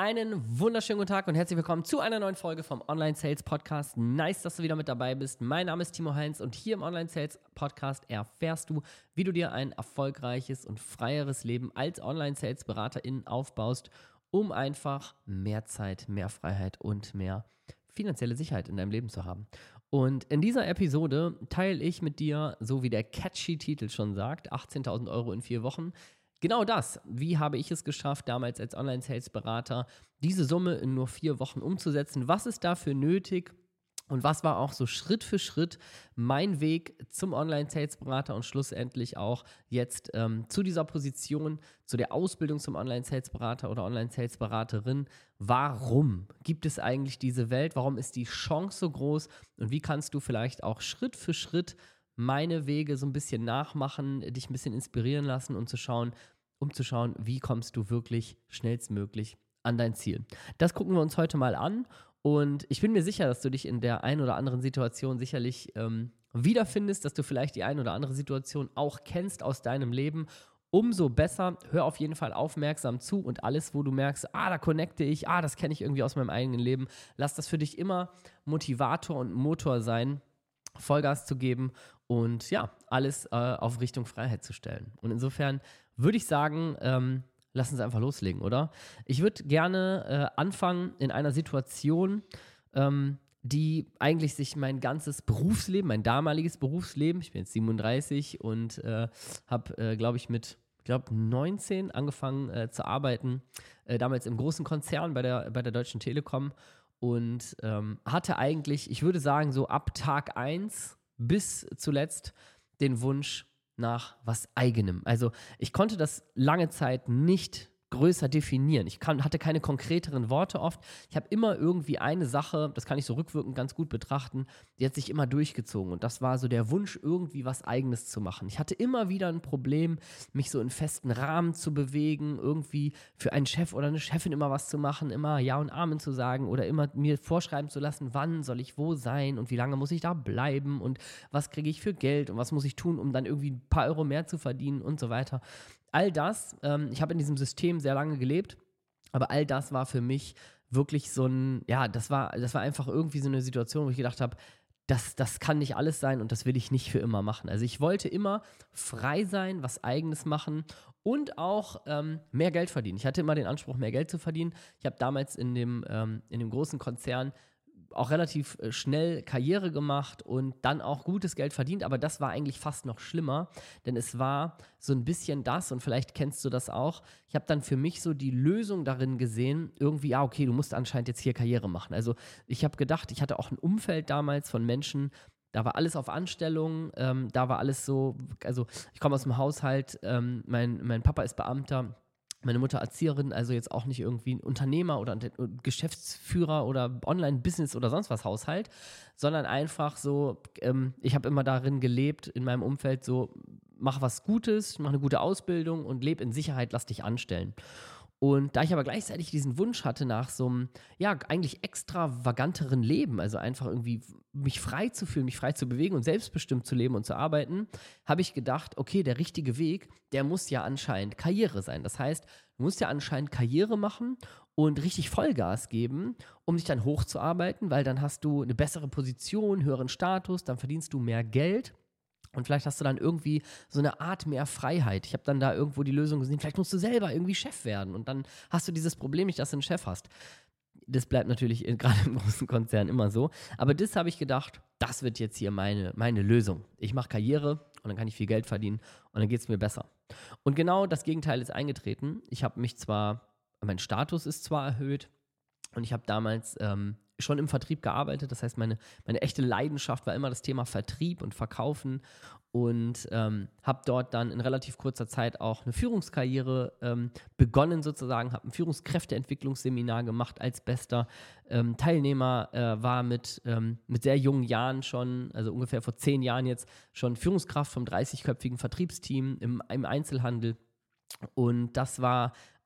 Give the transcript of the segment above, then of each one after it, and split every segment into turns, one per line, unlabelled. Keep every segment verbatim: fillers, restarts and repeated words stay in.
Einen wunderschönen guten Tag und herzlich willkommen zu einer neuen Folge vom Online Sales Podcast. Nice, dass du wieder mit dabei bist. Mein Name ist Timo Heinz und hier im Online Sales Podcast erfährst du, wie du dir ein erfolgreiches und freieres Leben als Online Sales Beraterin aufbaust, um einfach mehr Zeit, mehr Freiheit und mehr finanzielle Sicherheit in deinem Leben zu haben. Und in dieser Episode teile ich mit dir, so wie der catchy Titel schon sagt, achtzehntausend Euro in vier Wochen, genau das. Wie habe ich es geschafft, damals als Online-Sales-Berater diese Summe in nur vier Wochen umzusetzen? Was ist dafür nötig? Und was war auch so Schritt für Schritt mein Weg zum Online-Sales-Berater und schlussendlich auch jetzt ähm, zu dieser Position, zu der Ausbildung zum Online-Sales-Berater oder Online-Sales-Beraterin? Warum gibt es eigentlich diese Welt? Warum ist die Chance so groß? Und wie kannst du vielleicht auch Schritt für Schritt meine Wege so ein bisschen nachmachen, dich ein bisschen inspirieren lassen und zu schauen, um zu schauen, wie kommst du wirklich schnellstmöglich an dein Ziel. Das gucken wir uns heute mal an und ich bin mir sicher, dass du dich in der einen oder anderen Situation sicherlich ähm, wiederfindest, dass du vielleicht die eine oder andere Situation auch kennst aus deinem Leben. Umso besser, hör auf jeden Fall aufmerksam zu und alles, wo du merkst, ah, da connecte ich, ah, das kenne ich irgendwie aus meinem eigenen Leben, lass das für dich immer Motivator und Motor sein, Vollgas zu geben und ja, alles äh, auf Richtung Freiheit zu stellen. Und insofern würde ich sagen, ähm, lass uns einfach loslegen, oder? Ich würde gerne äh, anfangen in einer Situation, ähm, die eigentlich sich mein ganzes Berufsleben, mein damaliges Berufsleben, ich bin jetzt siebenunddreißig und äh, habe, äh, glaube ich, mit ich glaube, neunzehn angefangen äh, zu arbeiten, äh, damals im großen Konzern bei der, bei der Deutschen Telekom. Und ähm, hatte eigentlich, ich würde sagen, so ab Tag eins bis zuletzt den Wunsch nach was Eigenem. Also ich konnte das lange Zeit nicht größer definieren. Ich kann, hatte keine konkreteren Worte oft. Ich habe immer irgendwie eine Sache, das kann ich so rückwirkend ganz gut betrachten, die hat sich immer durchgezogen. Und das war so der Wunsch, irgendwie was Eigenes zu machen. Ich hatte immer wieder ein Problem, mich so in festen Rahmen zu bewegen, irgendwie für einen Chef oder eine Chefin immer was zu machen, immer Ja und Amen zu sagen oder immer mir vorschreiben zu lassen, wann soll ich wo sein und wie lange muss ich da bleiben und was kriege ich für Geld und was muss ich tun, um dann irgendwie ein paar Euro mehr zu verdienen und so weiter. All das, ähm, ich habe in diesem System sehr lange gelebt, aber all das war für mich wirklich so ein, ja, das war, das war einfach irgendwie so eine Situation, wo ich gedacht habe, das, das kann nicht alles sein und das will ich nicht für immer machen. Also ich wollte immer frei sein, was Eigenes machen und auch ähm, mehr Geld verdienen. Ich hatte immer den Anspruch, mehr Geld zu verdienen. Ich habe damals in dem, ähm, in dem großen Konzern auch relativ schnell Karriere gemacht und dann auch gutes Geld verdient, aber das war eigentlich fast noch schlimmer, denn es war so ein bisschen das und vielleicht kennst du das auch, ich habe dann für mich so die Lösung darin gesehen, irgendwie, ja okay, du musst anscheinend jetzt hier Karriere machen. Also ich habe gedacht, ich hatte auch ein Umfeld damals von Menschen, da war alles auf Anstellung, ähm, da war alles so, also ich komme aus dem Haushalt, ähm, mein, mein Papa ist Beamter, meine Mutter Erzieherin, also jetzt auch nicht irgendwie ein Unternehmer oder ein Geschäftsführer oder Online-Business oder sonst was Haushalt, sondern einfach so, ähm, ich habe immer darin gelebt, in meinem Umfeld so, mach was Gutes, mach eine gute Ausbildung und leb in Sicherheit, lass dich anstellen. Und da ich aber gleichzeitig diesen Wunsch hatte nach so einem, ja, eigentlich extravaganteren Leben, also einfach irgendwie mich frei zu fühlen, mich frei zu bewegen und selbstbestimmt zu leben und zu arbeiten, habe ich gedacht, okay, der richtige Weg, der muss ja anscheinend Karriere sein. Das heißt, du musst ja anscheinend Karriere machen und richtig Vollgas geben, um dich dann hochzuarbeiten, weil dann hast du eine bessere Position, höheren Status, dann verdienst du mehr Geld. Und vielleicht hast du dann irgendwie so eine Art mehr Freiheit. Ich habe dann da irgendwo die Lösung gesehen, vielleicht musst du selber irgendwie Chef werden und dann hast du dieses Problem nicht, dass du einen Chef hast. Das bleibt natürlich in, gerade im großen Konzern immer so. Aber das habe ich gedacht, das wird jetzt hier meine, meine Lösung. Ich mache Karriere und dann kann ich viel Geld verdienen und dann geht es mir besser. Und genau das Gegenteil ist eingetreten. Ich habe mich zwar, mein Status ist zwar erhöht und ich habe damals ähm, schon im Vertrieb gearbeitet. Das heißt, meine, meine echte Leidenschaft war immer das Thema Vertrieb und Verkaufen und ähm, habe dort dann in relativ kurzer Zeit auch eine Führungskarriere ähm, begonnen sozusagen, habe ein Führungskräfteentwicklungsseminar gemacht als bester ähm, Teilnehmer, äh, war mit, ähm, mit sehr jungen Jahren schon, also ungefähr vor zehn Jahren jetzt, schon Führungskraft vom dreißigköpfigen Vertriebsteam im, im Einzelhandel und das war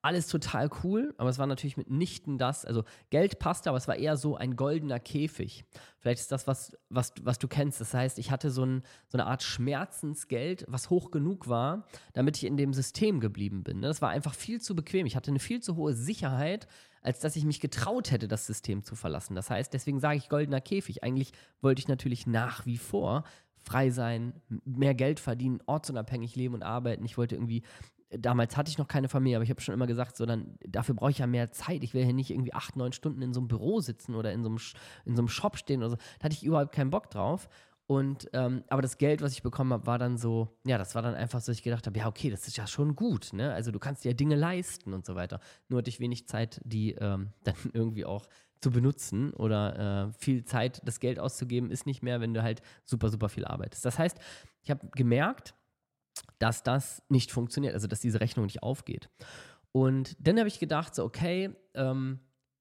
alles total cool, aber es war natürlich mitnichten das, also Geld passte, aber es war eher so ein goldener Käfig. Vielleicht ist das, was, was, was du kennst. Das heißt, ich hatte so, ein, so eine Art Schmerzensgeld, was hoch genug war, damit ich in dem System geblieben bin. Ne? Das war einfach viel zu bequem. Ich hatte eine viel zu hohe Sicherheit, als dass ich mich getraut hätte, das System zu verlassen. Das heißt, deswegen sage ich goldener Käfig. Eigentlich wollte ich natürlich nach wie vor frei sein, mehr Geld verdienen, ortsunabhängig leben und arbeiten. Ich wollte irgendwie, damals hatte ich noch keine Familie, aber ich habe schon immer gesagt, so dann, dafür brauche ich ja mehr Zeit. Ich will hier nicht irgendwie acht, neun Stunden in so einem Büro sitzen oder in so einem, in so einem Shop stehen oder so. Da hatte ich überhaupt keinen Bock drauf. Und, ähm, aber das Geld, was ich bekommen habe, war dann so, ja, das war dann einfach so, dass ich gedacht habe, ja, okay, das ist ja schon gut, ne? Also du kannst dir ja Dinge leisten und so weiter. Nur hatte ich wenig Zeit, die ähm, dann irgendwie auch zu benutzen oder äh, viel Zeit, das Geld auszugeben, ist nicht mehr, wenn du halt super, super viel arbeitest. Das heißt, ich habe gemerkt, dass das nicht funktioniert, also dass diese Rechnung nicht aufgeht. Und dann habe ich gedacht, so okay, ähm,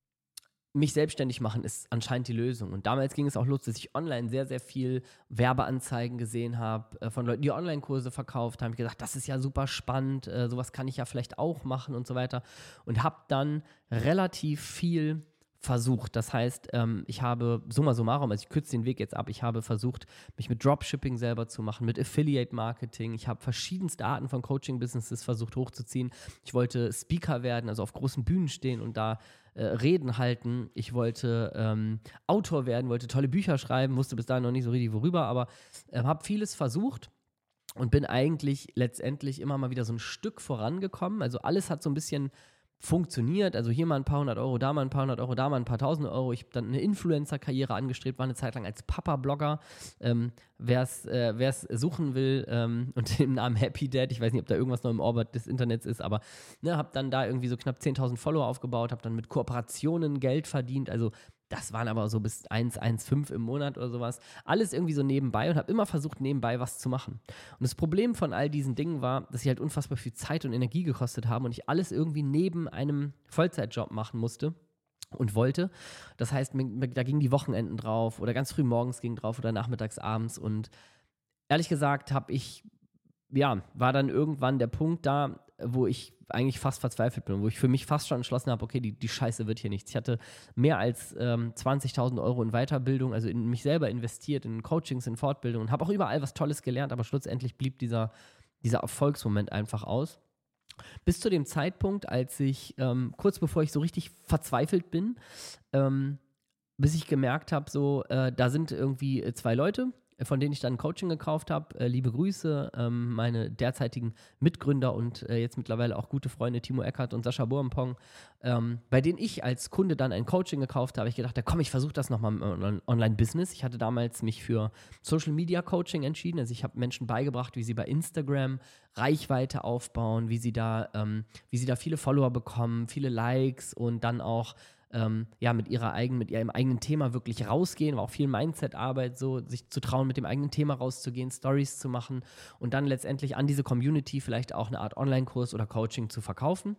mich selbstständig machen ist anscheinend die Lösung. Und damals ging es auch los, dass ich online sehr, sehr viel Werbeanzeigen gesehen habe äh, von Leuten, die Online-Kurse verkauft haben. Ich gesagt, das ist ja super spannend, äh, sowas kann ich ja vielleicht auch machen und so weiter. Und habe dann relativ viel versucht. Das heißt, ähm, ich habe summa summarum, also ich kürze den Weg jetzt ab, ich habe versucht, mich mit Dropshipping selber zu machen, mit Affiliate-Marketing. Ich habe verschiedenste Arten von Coaching-Businesses versucht hochzuziehen. Ich wollte Speaker werden, also auf großen Bühnen stehen und da äh, Reden halten. Ich wollte ähm, Autor werden, wollte tolle Bücher schreiben, wusste bis dahin noch nicht so richtig worüber, aber äh, habe vieles versucht. Und bin eigentlich letztendlich immer mal wieder so ein Stück vorangekommen. Also alles hat so ein bisschen funktioniert, also hier mal ein paar hundert Euro, da mal ein paar hundert Euro, da mal ein paar tausend Euro. Ich habe dann eine Influencer-Karriere angestrebt, war eine Zeit lang als Papa-Blogger. Ähm, Wer es äh, suchen will ähm, und den Namen Happy Dad, ich weiß nicht, ob da irgendwas noch im Orbit des Internets ist, aber ne, habe dann da irgendwie so knapp zehntausend Follower aufgebaut, habe dann mit Kooperationen Geld verdient, also das waren aber so bis eins Komma fünfzehn im Monat oder sowas. Alles irgendwie so nebenbei und habe immer versucht, nebenbei was zu machen. Und das Problem von all diesen Dingen war, dass sie halt unfassbar viel Zeit und Energie gekostet haben und ich alles irgendwie neben einem Vollzeitjob machen musste und wollte. Das heißt, da gingen die Wochenenden drauf oder ganz früh morgens ging drauf oder nachmittags, abends. Und ehrlich gesagt habe ich, ja, war dann irgendwann der Punkt da, wo ich eigentlich fast verzweifelt bin, wo ich für mich fast schon entschlossen habe, okay, die, die Scheiße wird hier nichts. Ich hatte mehr als ähm, zwanzigtausend Euro in Weiterbildung, also in mich selber investiert, in Coachings, in Fortbildung und habe auch überall was Tolles gelernt, aber schlussendlich blieb dieser, dieser Erfolgsmoment einfach aus. Bis zu dem Zeitpunkt, als ich, ähm, kurz bevor ich so richtig verzweifelt bin, ähm, bis ich gemerkt habe, so, äh, da sind irgendwie äh, zwei Leute, von denen ich dann ein Coaching gekauft habe. Äh, liebe Grüße, ähm, meine derzeitigen Mitgründer und äh, jetzt mittlerweile auch gute Freunde Timo Eckert und Sascha Boampong, ähm, bei denen ich als Kunde dann ein Coaching gekauft habe. Ich gedacht, ja, komm, ich versuche das nochmal im Online-Business. Ich hatte damals mich für Social-Media-Coaching entschieden. Also ich habe Menschen beigebracht, wie sie bei Instagram Reichweite aufbauen, wie sie da, ähm, wie sie da viele Follower bekommen, viele Likes und dann auch Ähm, ja, mit ihrer eigenen, mit ihrem eigenen Thema wirklich rausgehen, war auch viel Mindset-Arbeit, so sich zu trauen, mit dem eigenen Thema rauszugehen, Stories zu machen und dann letztendlich an diese Community vielleicht auch eine Art Online-Kurs oder Coaching zu verkaufen.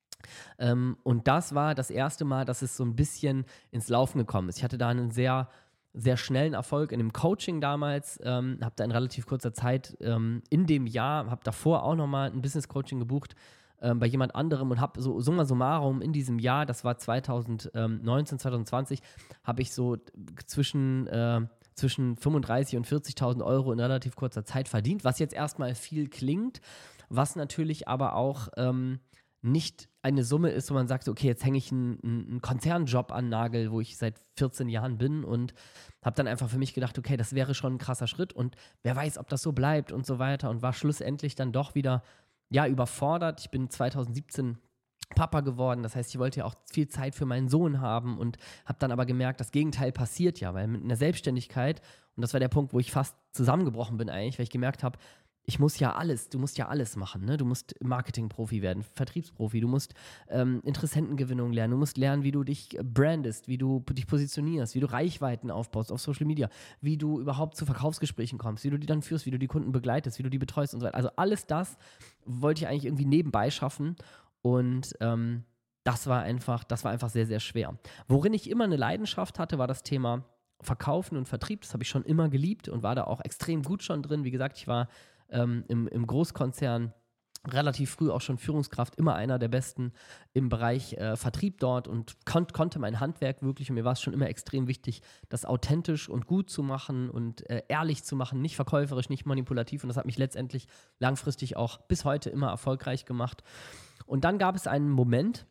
Ähm, und das war das erste Mal, dass es so ein bisschen ins Laufen gekommen ist. Ich hatte da einen sehr sehr schnellen Erfolg in dem Coaching damals, ähm, habe da in relativ kurzer Zeit ähm, in dem Jahr, habe davor auch nochmal ein Business-Coaching gebucht, Ähm, bei jemand anderem und habe so summa summarum in diesem Jahr, das war zwanzig neunzehn, zwanzig zwanzig, habe ich so zwischen, äh, zwischen fünfunddreißigtausend und vierzigtausend Euro in relativ kurzer Zeit verdient, was jetzt erstmal viel klingt, was natürlich aber auch ähm, nicht eine Summe ist, wo man sagt, okay, jetzt hänge ich einen, einen Konzernjob an den Nagel, wo ich seit vierzehn Jahren bin und habe dann einfach für mich gedacht, okay, das wäre schon ein krasser Schritt und wer weiß, ob das so bleibt und so weiter und war schlussendlich dann doch wieder ja, überfordert. Ich bin zwanzig siebzehn Papa geworden, das heißt, ich wollte ja auch viel Zeit für meinen Sohn haben und habe dann aber gemerkt, das Gegenteil passiert ja, weil mit einer Selbstständigkeit, und das war der Punkt, wo ich fast zusammengebrochen bin eigentlich, weil ich gemerkt habe, ich muss ja alles, du musst ja alles machen, ne? Du musst Marketingprofi werden, Vertriebsprofi, du musst ähm, Interessentengewinnung lernen, du musst lernen, wie du dich brandest, wie du dich positionierst, wie du Reichweiten aufbaust auf Social Media, wie du überhaupt zu Verkaufsgesprächen kommst, wie du die dann führst, wie du die Kunden begleitest, wie du die betreust und so weiter. Also alles das wollte ich eigentlich irgendwie nebenbei schaffen und ähm, das war einfach, das war einfach sehr, sehr schwer. Worin ich immer eine Leidenschaft hatte, war das Thema Verkaufen und Vertrieb. Das habe ich schon immer geliebt und war da auch extrem gut schon drin. Wie gesagt, ich war ähm, im, im Großkonzern relativ früh auch schon Führungskraft, immer einer der Besten im Bereich äh, Vertrieb dort und kon- konnte mein Handwerk wirklich, und mir war es schon immer extrem wichtig, das authentisch und gut zu machen und äh, ehrlich zu machen, nicht verkäuferisch, nicht manipulativ, und das hat mich letztendlich langfristig auch bis heute immer erfolgreich gemacht. Und dann gab es einen Moment,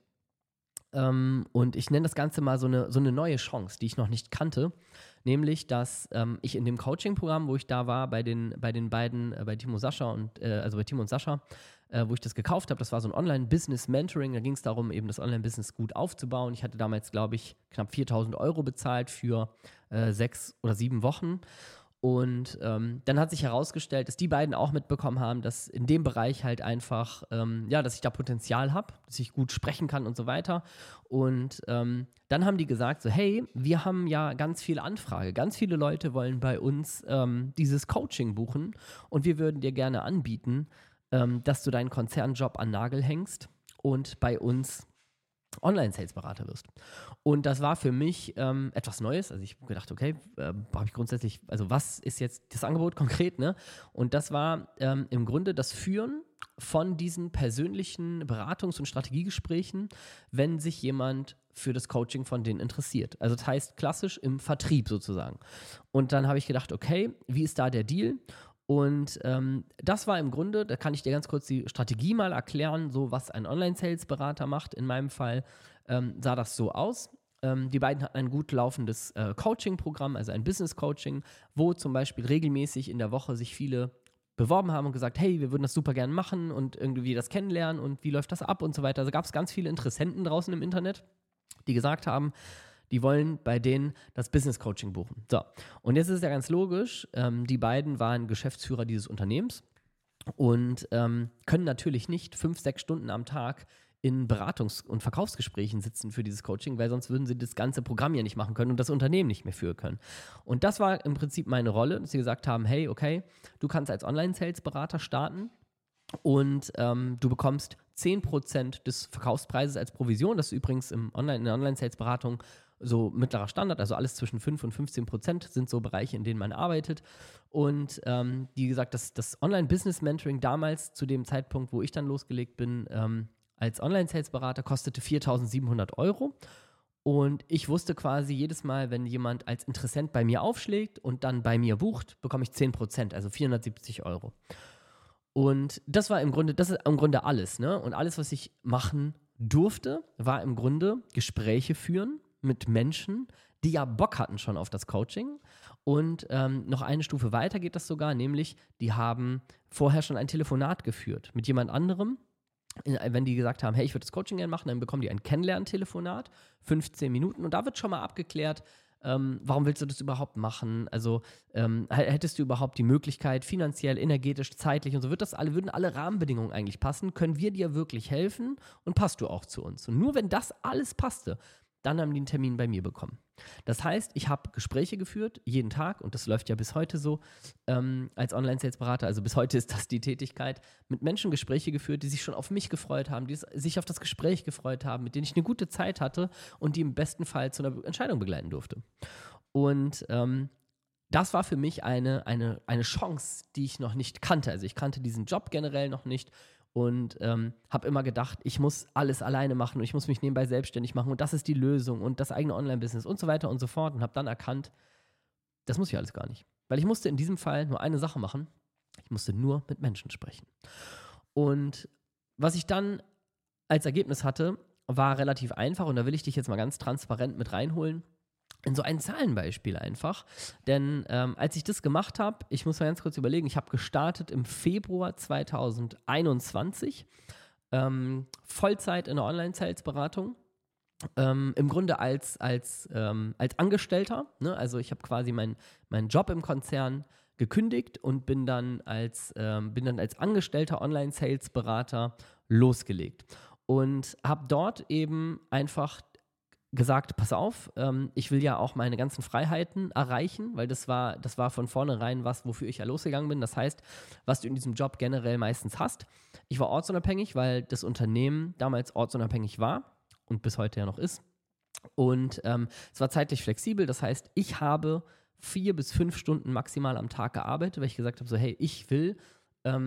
ähm, und ich nenne das Ganze mal so eine, so eine neue Chance, die ich noch nicht kannte, nämlich, dass ähm, ich in dem Coaching-Programm, wo ich da war, bei den, bei den beiden, äh, bei Timo Sascha und, äh, also bei Timo und Sascha, äh, wo ich das gekauft habe, das war so ein Online-Business-Mentoring, da ging es darum, eben das Online-Business gut aufzubauen. Ich hatte damals, glaube ich, knapp viertausend Euro bezahlt für äh, sechs oder sieben Wochen. Und ähm, dann hat sich herausgestellt, dass die beiden auch mitbekommen haben, dass in dem Bereich halt einfach, ähm, ja, dass ich da Potenzial habe, dass ich gut sprechen kann und so weiter. Und ähm, dann haben die gesagt so, hey, wir haben ja ganz viele Anfrage, ganz viele Leute wollen bei uns ähm, dieses Coaching buchen und wir würden dir gerne anbieten, ähm, dass du deinen Konzernjob an den Nagel hängst und bei uns Online-Sales-Berater wirst. Und das war für mich ähm, etwas Neues. Also ich habe gedacht, okay, äh, habe ich grundsätzlich, also was ist jetzt das Angebot konkret, ne? Und das war ähm, im Grunde das Führen von diesen persönlichen Beratungs- und Strategiegesprächen, wenn sich jemand für das Coaching von denen interessiert. Also das heißt klassisch im Vertrieb sozusagen. Und dann habe ich gedacht, okay, wie ist da der Deal? Und ähm, das war im Grunde, da kann ich dir ganz kurz die Strategie mal erklären, so was ein Online-Sales-Berater macht. In meinem Fall ähm, sah das so aus. Ähm, die beiden hatten ein gut laufendes äh, Coaching-Programm, also ein Business-Coaching, wo zum Beispiel regelmäßig in der Woche sich viele beworben haben und gesagt, hey, wir würden das super gerne machen und irgendwie das kennenlernen und wie läuft das ab und so weiter. Also gab es ganz viele Interessenten draußen im Internet, die gesagt haben, die wollen bei denen das Business Coaching buchen. So, und jetzt ist es ja ganz logisch, ähm, die beiden waren Geschäftsführer dieses Unternehmens und ähm, können natürlich nicht fünf, sechs Stunden am Tag in Beratungs- und Verkaufsgesprächen sitzen für dieses Coaching, weil sonst würden sie das ganze Programm ja nicht machen können und das Unternehmen nicht mehr führen können. Und das war im Prinzip meine Rolle, dass sie gesagt haben, hey, okay, du kannst als Online-Sales-Berater starten und ähm, du bekommst zehn Prozent des Verkaufspreises als Provision. Das ist übrigens im Online, in der Online-Sales-Beratung so mittlerer Standard, also alles zwischen fünf und fünfzehn Prozent sind so Bereiche, in denen man arbeitet. Und ähm, wie gesagt, das, das Online-Business-Mentoring damals, zu dem Zeitpunkt, wo ich dann losgelegt bin, ähm, als Online-Sales-Berater, kostete viertausendsiebenhundert Euro. Und ich wusste quasi jedes Mal, wenn jemand als Interessent bei mir aufschlägt und dann bei mir bucht, bekomme ich zehn Prozent, also vierhundertsiebzig Euro. Und das war im Grunde, das ist im Grunde alles, ne? Und alles, was ich machen durfte, war im Grunde Gespräche führen mit Menschen, die ja Bock hatten schon auf das Coaching. Und ähm, noch eine Stufe weiter geht das sogar, nämlich die haben vorher schon ein Telefonat geführt mit jemand anderem. Wenn die gesagt haben, hey, ich würde das Coaching gerne machen, dann bekommen die ein Kennenlerntelefonat, fünfzehn Minuten. Und da wird schon mal abgeklärt, ähm, warum willst du das überhaupt machen? Also ähm, hättest du überhaupt die Möglichkeit, finanziell, energetisch, zeitlich und so, wird das alle, würden alle Rahmenbedingungen eigentlich passen? Können wir dir wirklich helfen? Und passt du auch zu uns? Und nur wenn das alles passte, dann haben die einen Termin bei mir bekommen. Das heißt, ich habe Gespräche geführt, jeden Tag, und das läuft ja bis heute so, ähm, als Online-Sales-Berater, also bis heute ist das die Tätigkeit, mit Menschen Gespräche geführt, die sich schon auf mich gefreut haben, die sich auf das Gespräch gefreut haben, mit denen ich eine gute Zeit hatte und die im besten Fall zu einer Entscheidung begleiten durfte. Und ähm, das war für mich eine, eine, eine Chance, die ich noch nicht kannte. Also ich kannte diesen Job generell noch nicht und ähm, habe immer gedacht, ich muss alles alleine machen und ich muss mich nebenbei selbstständig machen und das ist die Lösung und das eigene Online-Business und so weiter und so fort und habe dann erkannt, das muss ich alles gar nicht. Weil ich musste in diesem Fall nur eine Sache machen, ich musste nur mit Menschen sprechen. Und was ich dann als Ergebnis hatte, war relativ einfach und da will ich dich jetzt mal ganz transparent mit reinholen. In so ein Zahlenbeispiel einfach. Denn ähm, als ich das gemacht habe, ich muss mal ganz kurz überlegen, ich habe gestartet im Februar zweitausendeinundzwanzig, ähm, Vollzeit in der Online-Sales-Beratung. Ähm, Im Grunde als, als, ähm, als Angestellter. Ne? Also ich habe quasi meinen mein Job im Konzern gekündigt und bin dann als, ähm, bin dann als angestellter Online-Sales-Berater losgelegt. Und habe dort eben einfach gesagt, pass auf, ähm, ich will ja auch meine ganzen Freiheiten erreichen, weil das war, das war von vornherein was, wofür ich ja losgegangen bin. Das heißt, was du in diesem Job generell meistens hast. Ich war ortsunabhängig, weil das Unternehmen damals ortsunabhängig war und bis heute ja noch ist. Und ähm, es war zeitlich flexibel, das heißt, ich habe vier bis fünf Stunden maximal am Tag gearbeitet, weil ich gesagt habe, so hey, ich will ähm,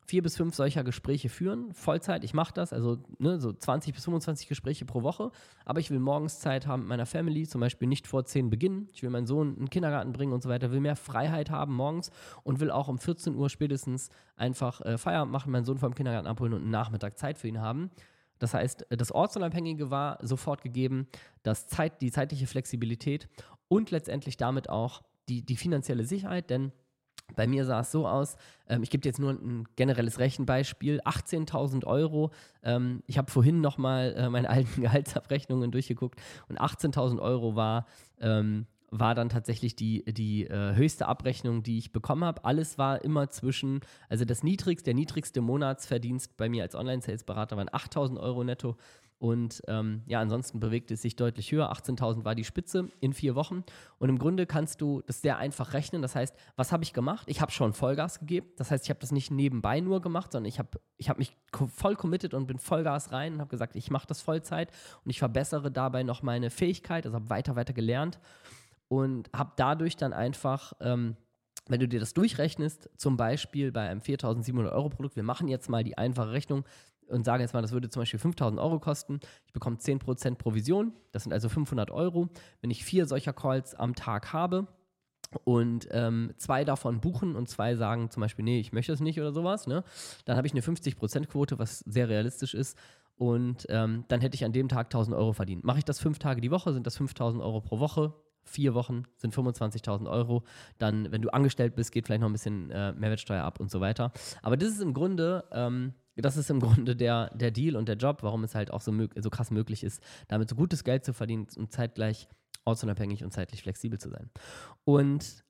vier bis fünf solcher Gespräche führen, Vollzeit, ich mache das, also ne, so zwanzig bis fünfundzwanzig Gespräche pro Woche, aber ich will morgens Zeit haben mit meiner Family, zum Beispiel nicht vor zehn beginnen, ich will meinen Sohn in den Kindergarten bringen und so weiter, will mehr Freiheit haben morgens und will auch um vierzehn Uhr spätestens einfach äh, Feierabend machen, meinen Sohn vom Kindergarten abholen und einen Nachmittag Zeit für ihn haben. Das heißt, das Ortsunabhängige war sofort gegeben, das Zeit, die zeitliche Flexibilität und letztendlich damit auch die, die finanzielle Sicherheit, denn bei mir sah es so aus, ähm, ich gebe dir jetzt nur ein generelles Rechenbeispiel, achtzehntausend Euro, ähm, ich habe vorhin nochmal äh, meine alten Gehaltsabrechnungen durchgeguckt und achtzehntausend Euro war, ähm, war dann tatsächlich die, die äh, höchste Abrechnung, die ich bekommen habe. Alles war immer zwischen, also das niedrigste, der niedrigste Monatsverdienst bei mir als Online-Sales-Berater waren achttausend Euro netto. Und ähm, ja, ansonsten bewegt es sich deutlich höher. achtzehntausend war die Spitze in vier Wochen. Und im Grunde kannst du das sehr einfach rechnen. Das heißt, was habe ich gemacht? Ich habe schon Vollgas gegeben. Das heißt, ich habe das nicht nebenbei nur gemacht, sondern ich habe ich hab mich voll committed und bin Vollgas rein und habe gesagt, ich mache das Vollzeit und ich verbessere dabei noch meine Fähigkeit, also habe weiter, weiter gelernt und habe dadurch dann einfach... Ähm, wenn du dir das durchrechnest, zum Beispiel bei einem viertausendsiebenhundert Euro Produkt, wir machen jetzt mal die einfache Rechnung und sagen jetzt mal, das würde zum Beispiel fünftausend Euro kosten, ich bekomme zehn Prozent Provision, das sind also fünfhundert Euro. Wenn ich vier solcher Calls am Tag habe und ähm, zwei davon buchen und zwei sagen zum Beispiel, nee, ich möchte es nicht oder sowas, ne, dann habe ich eine fünfzig Prozent Quote, was sehr realistisch ist. Und ähm, dann hätte ich an dem Tag tausend Euro verdient. Mache ich das fünf Tage die Woche, sind das fünftausend Euro pro Woche. Vier Wochen sind fünfundzwanzigtausend Euro. Dann, wenn du angestellt bist, geht vielleicht noch ein bisschen äh, Mehrwertsteuer ab und so weiter. Aber das ist im Grunde, ähm, das ist im Grunde der, der Deal und der Job, warum es halt auch so, mög- so krass möglich ist, damit so gutes Geld zu verdienen und zeitgleich ortsunabhängig und zeitlich flexibel zu sein. Und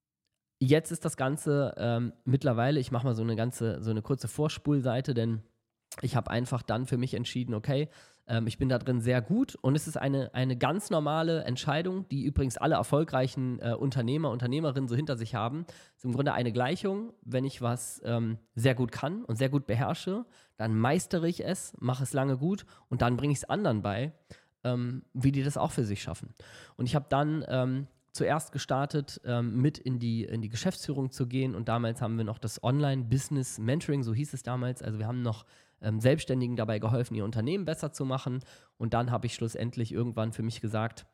jetzt ist das Ganze ähm, mittlerweile, ich mache mal so eine ganze, so eine kurze Vorspulseite, denn ich habe einfach dann für mich entschieden, okay, ähm, ich bin da drin sehr gut und es ist eine, eine ganz normale Entscheidung, die übrigens alle erfolgreichen äh, Unternehmer, Unternehmerinnen so hinter sich haben. Es ist im Grunde eine Gleichung, wenn ich was ähm, sehr gut kann und sehr gut beherrsche, dann meistere ich es, mache es lange gut und dann bringe ich es anderen bei, ähm, wie die das auch für sich schaffen. Und ich habe dann ähm, zuerst gestartet, ähm, mit in die, in die Geschäftsführung zu gehen und damals haben wir noch das Online-Business-Mentoring, so hieß es damals, also wir haben noch ähm, Selbstständigen dabei geholfen, ihr Unternehmen besser zu machen und dann habe ich schlussendlich irgendwann für mich gesagt,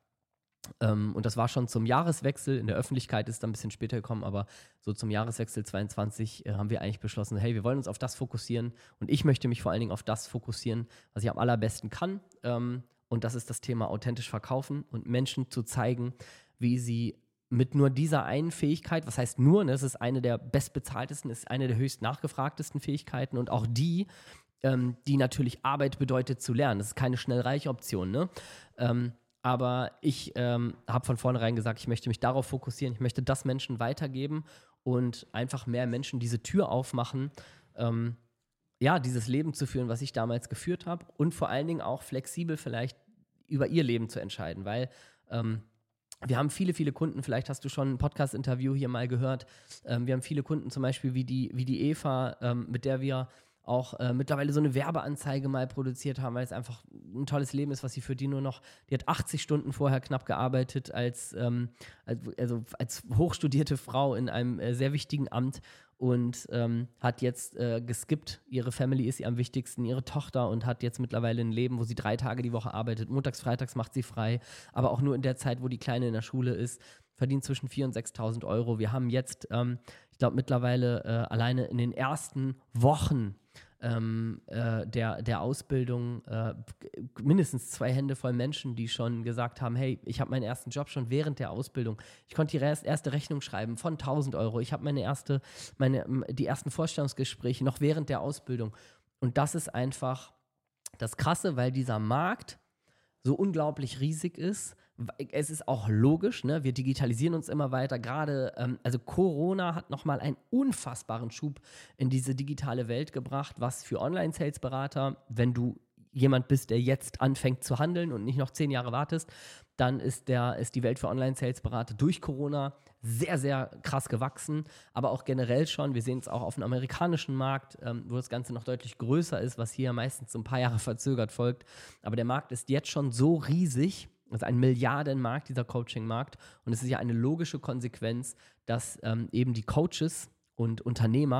ähm, und das war schon zum Jahreswechsel, in der Öffentlichkeit ist es dann ein bisschen später gekommen, aber so zum Jahreswechsel zweiundzwanzig äh, haben wir eigentlich beschlossen, hey, wir wollen uns auf das fokussieren und ich möchte mich vor allen Dingen auf das fokussieren, was ich am allerbesten kann, ähm, und das ist das Thema authentisch verkaufen und Menschen zu zeigen, wie sie mit nur dieser einen Fähigkeit, was heißt nur, ne, das ist eine der bestbezahltesten, ist eine der höchst nachgefragtesten Fähigkeiten und auch die, ähm, die natürlich Arbeit bedeutet zu lernen. Das ist keine Schnellreich-Option, ne? Ähm, aber ich ähm, habe von vornherein gesagt, ich möchte mich darauf fokussieren, ich möchte das Menschen weitergeben und einfach mehr Menschen diese Tür aufmachen, ähm, ja, dieses Leben zu führen, was ich damals geführt habe und vor allen Dingen auch flexibel vielleicht über ihr Leben zu entscheiden, weil ähm, wir haben viele, viele Kunden, vielleicht hast du schon ein Podcast-Interview hier mal gehört, ähm, wir haben viele Kunden zum Beispiel wie die, wie die Eva, ähm, mit der wir auch äh, mittlerweile so eine Werbeanzeige mal produziert haben, weil es einfach ein tolles Leben ist, was sie für die nur noch, die hat achtzig Stunden vorher knapp gearbeitet als, ähm, als, also als hochstudierte Frau in einem äh, sehr wichtigen Amt und ähm, hat jetzt äh, geskippt, ihre Family ist ihr am wichtigsten, ihre Tochter und hat jetzt mittlerweile ein Leben, wo sie drei Tage die Woche arbeitet, montags, freitags macht sie frei, aber auch nur in der Zeit, wo die Kleine in der Schule ist, verdient zwischen viertausend und sechstausend Euro. Wir haben jetzt, ähm, ich glaube mittlerweile äh, alleine in den ersten Wochen ähm, äh, der, der Ausbildung äh, mindestens zwei Hände voll Menschen, die schon gesagt haben, hey, ich habe meinen ersten Job schon während der Ausbildung. Ich konnte die erste Rechnung schreiben von tausend Euro. Ich habe meine erste, meine, die ersten Vorstellungsgespräche noch während der Ausbildung. Und das ist einfach das Krasse, weil dieser Markt so unglaublich riesig ist. Es ist auch logisch, ne? Wir digitalisieren uns immer weiter. Gerade, ähm, also Corona hat nochmal einen unfassbaren Schub in diese digitale Welt gebracht, was für Online-Sales-Berater, wenn du jemand bist, der jetzt anfängt zu handeln und nicht noch zehn Jahre wartest, dann ist, der, ist die Welt für Online-Sales-Berater durch Corona sehr, sehr krass gewachsen, aber auch generell schon. Wir sehen es auch auf dem amerikanischen Markt, ähm, wo das Ganze noch deutlich größer ist, was hier meistens so ein paar Jahre verzögert folgt. Aber der Markt ist jetzt schon so riesig, also ein Milliardenmarkt, dieser Coaching-Markt. Und es ist ja eine logische Konsequenz, dass ähm, eben die Coaches und Unternehmer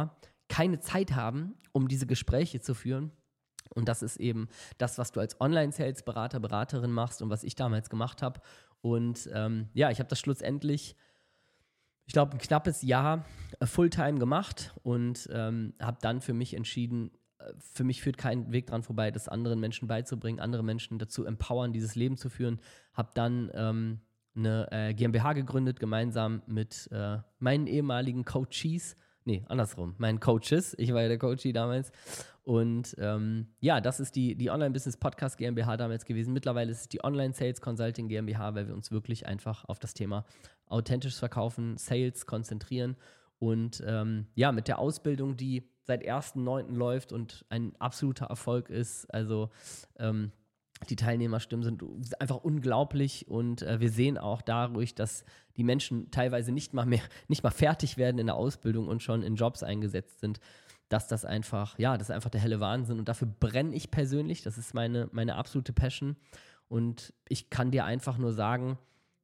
keine Zeit haben, um diese Gespräche zu führen. Und das ist eben das, was du als Online-Sales-Berater, Beraterin machst und was ich damals gemacht habe. Und ähm, ja, ich habe das schlussendlich, ich glaube, ein knappes Jahr äh, Fulltime gemacht und ähm, habe dann für mich entschieden, äh, für mich führt kein Weg dran vorbei, das anderen Menschen beizubringen, andere Menschen dazu empowern, dieses Leben zu führen. Habe dann ähm, eine äh, GmbH gegründet, gemeinsam mit äh, meinen ehemaligen Coaches. Nee, andersrum, meinen Coaches. Ich war ja der Coachie damals. Und ähm, ja, das ist die, die Online-Business-Podcast GmbH damals gewesen. Mittlerweile ist es die Online-Sales Consulting GmbH, weil wir uns wirklich einfach auf das Thema authentisches Verkaufen, Sales konzentrieren. Und ähm, ja, mit der Ausbildung, die seit ersten neunten läuft und ein absoluter Erfolg ist, also ähm, die Teilnehmerstimmen sind einfach unglaublich und äh, wir sehen auch dadurch, dass die Menschen teilweise nicht mal mehr, nicht mal fertig werden in der Ausbildung und schon in Jobs eingesetzt sind, dass das einfach, ja, das ist einfach der helle Wahnsinn und dafür brenne ich persönlich, das ist meine, meine absolute Passion und ich kann dir einfach nur sagen,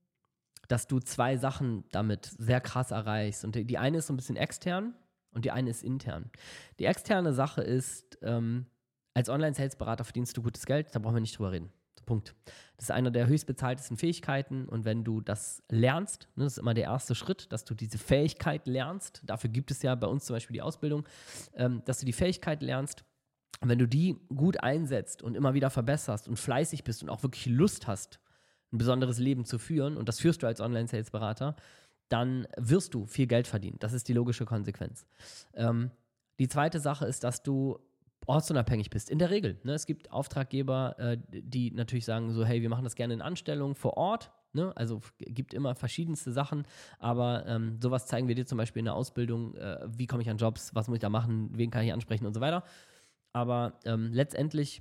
dass du zwei Sachen damit sehr krass erreichst und die, die eine ist so ein bisschen extern und die eine ist intern. Die externe Sache ist, ähm, als Online-Sales-Berater verdienst du gutes Geld, da brauchen wir nicht drüber reden. Punkt. Das ist einer der höchstbezahltesten Fähigkeiten und wenn du das lernst, ne, das ist immer der erste Schritt, dass du diese Fähigkeit lernst, dafür gibt es ja bei uns zum Beispiel die Ausbildung, ähm, dass du die Fähigkeit lernst, und wenn du die gut einsetzt und immer wieder verbesserst und fleißig bist und auch wirklich Lust hast, ein besonderes Leben zu führen und das führst du als Online-Sales-Berater, dann wirst du viel Geld verdienen. Das ist die logische Konsequenz. Ähm, die zweite Sache ist, dass du ortsunabhängig bist. In der Regel. Ne? Es gibt Auftraggeber, äh, die natürlich sagen so, hey, wir machen das gerne in Anstellung vor Ort. Ne? Also f- gibt immer verschiedenste Sachen, aber ähm, sowas zeigen wir dir zum Beispiel in der Ausbildung. Äh, wie komme ich an Jobs? Was muss ich da machen? Wen kann ich ansprechen und so weiter. Aber ähm, letztendlich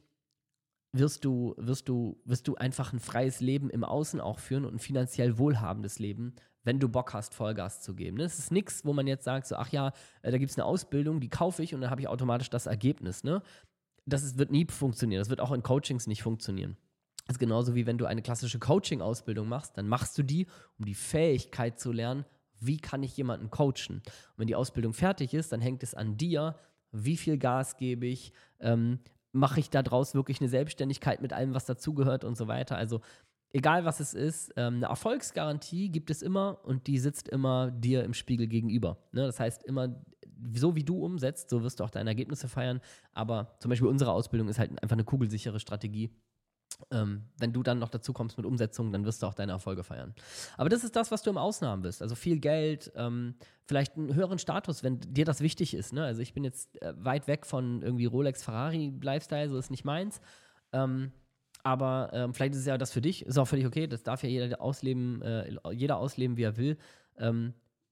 wirst du, wirst du, wirst du einfach ein freies Leben im Außen auch führen und ein finanziell wohlhabendes Leben, wenn du Bock hast, Vollgas zu geben. Es ist nichts, wo man jetzt sagt, so, ach ja, äh, da gibt es eine Ausbildung, die kaufe ich und dann habe ich automatisch das Ergebnis. Ne? Das ist, wird nie funktionieren. Das wird auch in Coachings nicht funktionieren. Das ist genauso wie wenn du eine klassische Coaching-Ausbildung machst, dann machst du die, um die Fähigkeit zu lernen, wie kann ich jemanden coachen. Und wenn die Ausbildung fertig ist, dann hängt es an dir, wie viel Gas gebe ich, ähm, mache ich daraus wirklich eine Selbstständigkeit mit allem, was dazugehört und so weiter. Also egal was es ist, ähm, eine Erfolgsgarantie gibt es immer und die sitzt immer dir im Spiegel gegenüber. Ne? Das heißt immer, so wie du umsetzt, so wirst du auch deine Ergebnisse feiern. Aber zum Beispiel unsere Ausbildung ist halt einfach eine kugelsichere Strategie. Ähm, wenn du dann noch dazu kommst mit Umsetzung, dann wirst du auch deine Erfolge feiern. Aber das ist das, was du im Außen haben wirst. Also viel Geld, ähm, vielleicht einen höheren Status, wenn dir das wichtig ist. Ne? Also ich bin jetzt äh, weit weg von irgendwie Rolex, Ferrari, Lifestyle, so ist nicht meins. Ähm, aber ähm, vielleicht ist es ja das für dich, ist auch völlig okay, das darf ja jeder ausleben, äh, jeder ausleben, wie er will. Ähm,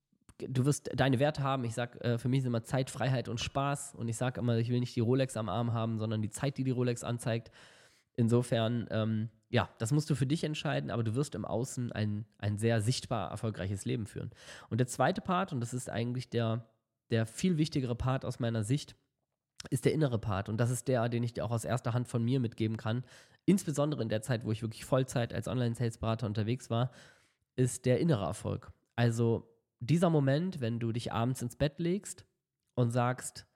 du wirst deine Werte haben. Ich sag, äh, für mich ist immer Zeit, Freiheit und Spaß. Und ich sage immer, ich will nicht die Rolex am Arm haben, sondern die Zeit, die die Rolex anzeigt. Insofern, ähm, ja, das musst du für dich entscheiden, aber du wirst im Außen ein, ein sehr sichtbar erfolgreiches Leben führen. Und der zweite Part, und das ist eigentlich der, der viel wichtigere Part aus meiner Sicht, ist der innere Part. Und das ist der, den ich dir auch aus erster Hand von mir mitgeben kann. Insbesondere in der Zeit, wo ich wirklich Vollzeit als Online-Sales-Berater unterwegs war, ist der innere Erfolg. Also dieser Moment, wenn du dich abends ins Bett legst und sagst,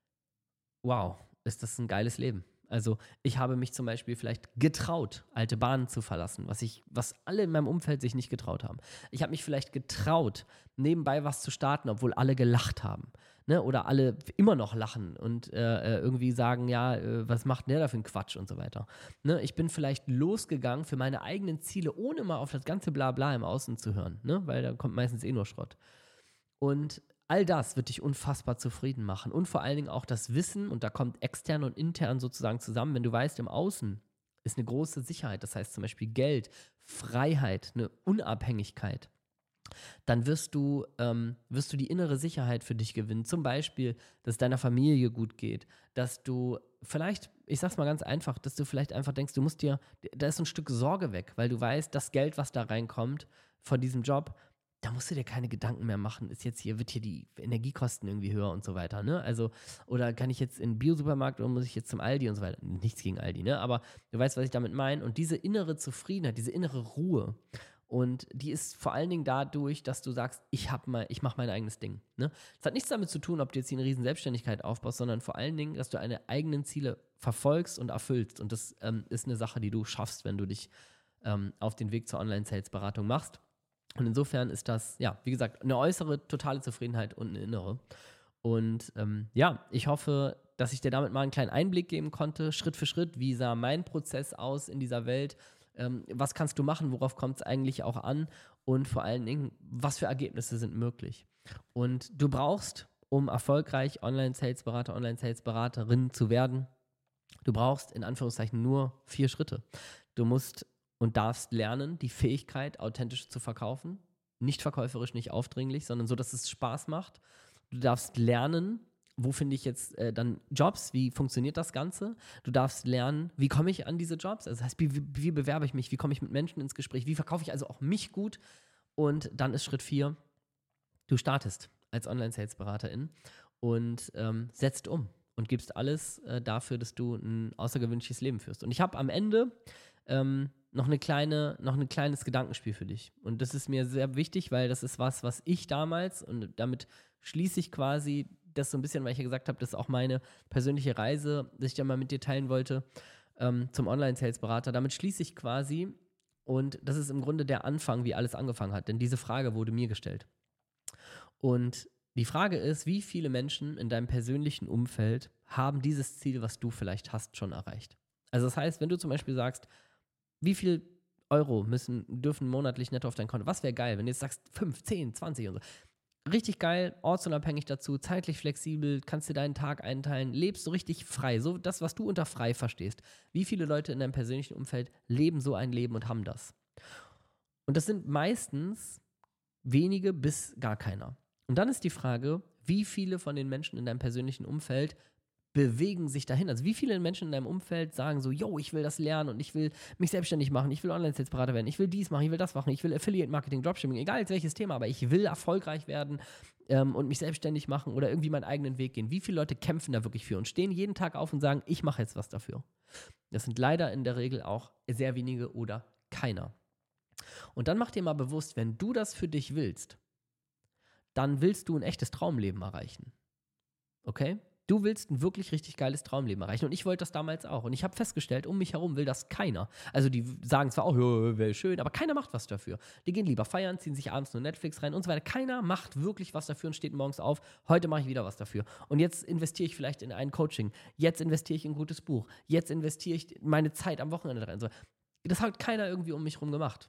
wow, ist das ein geiles Leben. Also ich habe mich zum Beispiel vielleicht getraut, alte Bahnen zu verlassen, was ich, was alle in meinem Umfeld sich nicht getraut haben. Ich habe mich vielleicht getraut, nebenbei was zu starten, obwohl alle gelacht haben. Ne? Oder alle immer noch lachen und äh, irgendwie sagen, ja, äh, was macht der da für einen Quatsch und so weiter. Ne? Ich bin vielleicht losgegangen für meine eigenen Ziele, ohne mal auf das ganze Blabla im Außen zu hören, ne? Weil da kommt meistens eh nur Schrott. Und all das wird dich unfassbar zufrieden machen. Und vor allen Dingen auch das Wissen, und da kommt extern und intern sozusagen zusammen, wenn du weißt, im Außen ist eine große Sicherheit, das heißt zum Beispiel Geld, Freiheit, eine Unabhängigkeit, dann wirst du, ähm, wirst du die innere Sicherheit für dich gewinnen. Zum Beispiel, dass es deiner Familie gut geht, dass du vielleicht, ich sag's mal ganz einfach, dass du vielleicht einfach denkst, du musst dir, da ist so ein Stück Sorge weg, weil du weißt, das Geld, was da reinkommt von diesem Job, da musst du dir keine Gedanken mehr machen, ist jetzt hier, wird hier die Energiekosten irgendwie höher und so weiter, ne? Also, oder kann ich jetzt in den Bio-Supermarkt oder muss ich jetzt zum Aldi und so weiter? Nichts gegen Aldi, ne? Aber du weißt, was ich damit meine. Und diese innere Zufriedenheit, diese innere Ruhe Und die ist vor allen Dingen dadurch, dass du sagst, ich, hab mal, ich mache mein eigenes Ding. Ne? Das hat nichts damit zu tun, ob du jetzt hier eine riesen Selbstständigkeit aufbaust, sondern vor allen Dingen, dass du deine eigenen Ziele verfolgst und erfüllst. Und das ähm, ist eine Sache, die du schaffst, wenn du dich ähm, auf den Weg zur Online-Sales-Beratung machst. Und insofern ist das, ja, wie gesagt, eine äußere totale Zufriedenheit und eine innere. Und ähm, ja, ich hoffe, dass ich dir damit mal einen kleinen Einblick geben konnte, Schritt für Schritt, wie sah mein Prozess aus in dieser Welt, ähm, was kannst du machen, worauf kommt es eigentlich auch an und vor allen Dingen, was für Ergebnisse sind möglich. Und du brauchst, um erfolgreich Online-Sales-Berater, Online-Sales-Beraterin zu werden, du brauchst in Anführungszeichen nur vier Schritte. Du musst und darfst lernen, die Fähigkeit, authentisch zu verkaufen, nicht verkäuferisch, nicht aufdringlich, sondern so, dass es Spaß macht. Du darfst lernen, wo finde ich jetzt äh, dann Jobs, wie funktioniert das Ganze? Du darfst lernen, wie komme ich an diese Jobs? Also das heißt, wie, wie bewerbe ich mich? Wie komme ich mit Menschen ins Gespräch? Wie verkaufe ich also auch mich gut? Und dann ist Schritt vier, du startest als Online-Sales-Beraterin und ähm, setzt um und gibst alles äh, dafür, dass du ein außergewöhnliches Leben führst. Und ich habe am Ende ähm, noch eine kleine, noch ein kleines Gedankenspiel für dich. Und das ist mir sehr wichtig, weil das ist was, was ich damals, und damit schließe ich quasi das so ein bisschen, weil ich ja gesagt habe, das ist auch meine persönliche Reise, dass ich da mal mit dir teilen wollte, ähm, zum Online-Sales-Berater. Damit schließe ich quasi, und das ist im Grunde der Anfang, wie alles angefangen hat. Denn diese Frage wurde mir gestellt. Und die Frage ist, wie viele Menschen in deinem persönlichen Umfeld haben dieses Ziel, was du vielleicht hast, schon erreicht? Also das heißt, wenn du zum Beispiel sagst, wie viel Euro müssen, dürfen monatlich netto auf dein Konto, was wäre geil, wenn du jetzt sagst fünf, zehn, zwanzig und so. Richtig geil, ortsunabhängig dazu, zeitlich flexibel, kannst dir deinen Tag einteilen, lebst du richtig frei, so das, was du unter frei verstehst. Wie viele Leute in deinem persönlichen Umfeld leben so ein Leben und haben das? Und das sind meistens wenige bis gar keiner. Und dann ist die Frage, wie viele von den Menschen in deinem persönlichen Umfeld bewegen sich dahin. Also wie viele Menschen in deinem Umfeld sagen so, yo, ich will das lernen und ich will mich selbstständig machen, ich will Online-Sales-Berater werden, ich will dies machen, ich will das machen, ich will Affiliate-Marketing, Dropshipping, egal jetzt welches Thema, aber ich will erfolgreich werden ähm, und mich selbstständig machen oder irgendwie meinen eigenen Weg gehen. Wie viele Leute kämpfen da wirklich für und stehen jeden Tag auf und sagen, ich mache jetzt was dafür? Das sind leider in der Regel auch sehr wenige oder keiner. Und dann mach dir mal bewusst, wenn du das für dich willst, dann willst du ein echtes Traumleben erreichen. Okay? Du willst ein wirklich richtig geiles Traumleben erreichen. Und ich wollte das damals auch. Und ich habe festgestellt, um mich herum will das keiner. Also die sagen zwar auch, ja, wäre schön, aber keiner macht was dafür. Die gehen lieber feiern, ziehen sich abends nur Netflix rein und so weiter. Keiner macht wirklich was dafür und steht morgens auf, heute mache ich wieder was dafür. Und jetzt investiere ich vielleicht in ein Coaching. Jetzt investiere ich in ein gutes Buch. Jetzt investiere ich meine Zeit am Wochenende rein. Das hat keiner irgendwie um mich herum gemacht.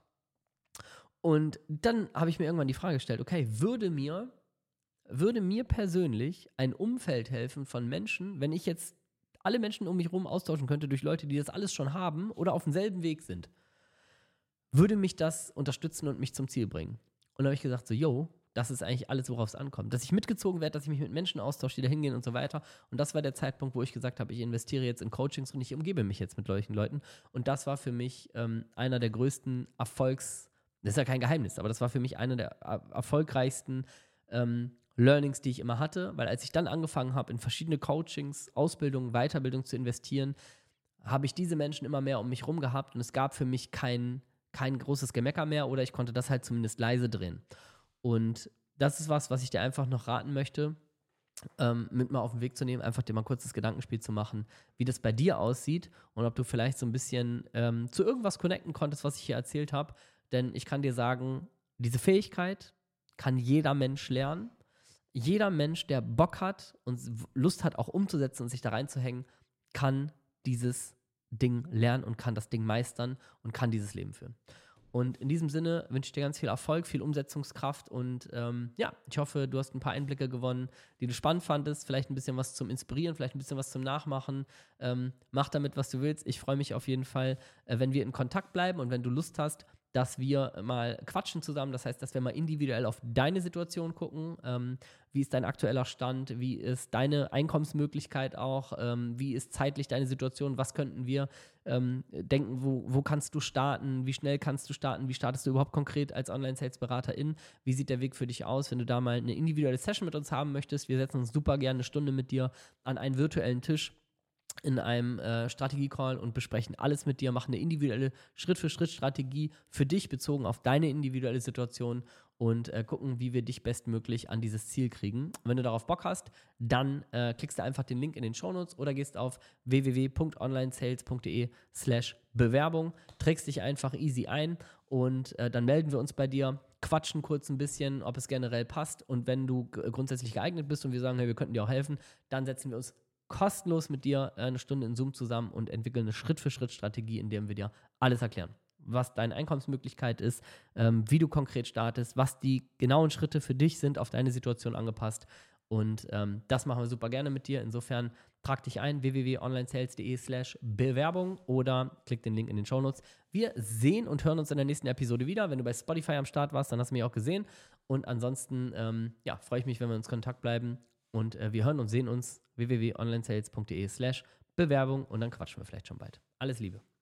Und dann habe ich mir irgendwann die Frage gestellt, okay, würde mir würde mir persönlich ein Umfeld helfen von Menschen, wenn ich jetzt alle Menschen um mich herum austauschen könnte durch Leute, die das alles schon haben oder auf demselben Weg sind, würde mich das unterstützen und mich zum Ziel bringen? Und da habe ich gesagt so, yo, das ist eigentlich alles, worauf es ankommt. Dass ich mitgezogen werde, dass ich mich mit Menschen austausche, die da hingehen und so weiter. Und das war der Zeitpunkt, wo ich gesagt habe, ich investiere jetzt in Coachings und ich umgebe mich jetzt mit solchen Leuten. Und das war für mich ähm, einer der größten Erfolgs... Das ist ja kein Geheimnis, aber das war für mich einer der er- erfolgreichsten ähm, Learnings, die ich immer hatte, weil als ich dann angefangen habe, in verschiedene Coachings, Ausbildung, Weiterbildung zu investieren, habe ich diese Menschen immer mehr um mich rum gehabt und es gab für mich kein, kein großes Gemecker mehr oder ich konnte das halt zumindest leise drehen. Und das ist was, was ich dir einfach noch raten möchte, ähm, mit mal auf den Weg zu nehmen, einfach dir mal ein kurzes Gedankenspiel zu machen, wie das bei dir aussieht und ob du vielleicht so ein bisschen ähm, zu irgendwas connecten konntest, was ich hier erzählt habe. Denn ich kann dir sagen, diese Fähigkeit kann jeder Mensch lernen. Jeder Mensch, der Bock hat und Lust hat, auch umzusetzen und sich da reinzuhängen, kann dieses Ding lernen und kann das Ding meistern und kann dieses Leben führen. Und in diesem Sinne wünsche ich dir ganz viel Erfolg, viel Umsetzungskraft und ähm, ja, ich hoffe, du hast ein paar Einblicke gewonnen, die du spannend fandest, vielleicht ein bisschen was zum Inspirieren, vielleicht ein bisschen was zum Nachmachen. Ähm, mach damit, was du willst. Ich freue mich auf jeden Fall, äh, wenn wir in Kontakt bleiben und wenn du Lust hast, dass wir mal quatschen zusammen, das heißt, dass wir mal individuell auf deine Situation gucken, ähm, wie ist dein aktueller Stand, wie ist deine Einkommensmöglichkeit auch, ähm, wie ist zeitlich deine Situation, was könnten wir ähm, denken, wo, wo kannst du starten, wie schnell kannst du starten, wie startest du überhaupt konkret als Online-Sales-Beraterin, wie sieht der Weg für dich aus, wenn du da mal eine individuelle Session mit uns haben möchtest, wir setzen uns super gerne eine Stunde mit dir an einen virtuellen Tisch, in einem äh, Strategie-Call und besprechen alles mit dir, machen eine individuelle Schritt-für-Schritt-Strategie für dich bezogen auf deine individuelle Situation und äh, gucken, wie wir dich bestmöglich an dieses Ziel kriegen. Wenn du darauf Bock hast, dann äh, klickst du einfach den Link in den Shownotes oder gehst auf w w w punkt onlinesales punkt de slash Bewerbung, trägst dich einfach easy ein und äh, dann melden wir uns bei dir, quatschen kurz ein bisschen, ob es generell passt und wenn du g- grundsätzlich geeignet bist und wir sagen, hey, wir könnten dir auch helfen, dann setzen wir uns kostenlos mit dir äh, eine Stunde in Zoom zusammen und entwickeln eine Schritt-für-Schritt-Strategie, in der wir dir alles erklären. Was deine Einkommensmöglichkeit ist, ähm, wie du konkret startest, was die genauen Schritte für dich sind, auf deine Situation angepasst. Und ähm, das machen wir super gerne mit dir. Insofern trag dich ein, w w w punkt onlinesales punkt de slash Bewerbung oder klick den Link in den Shownotes. Wir sehen und hören uns in der nächsten Episode wieder. Wenn du bei Spotify am Start warst, dann hast du mich auch gesehen. Und ansonsten ähm, ja, freue ich mich, wenn wir uns in Kontakt bleiben. Und äh, wir hören und sehen uns w w w punkt onlinesales punkt de slash Bewerbung und dann quatschen wir vielleicht schon bald. Alles Liebe.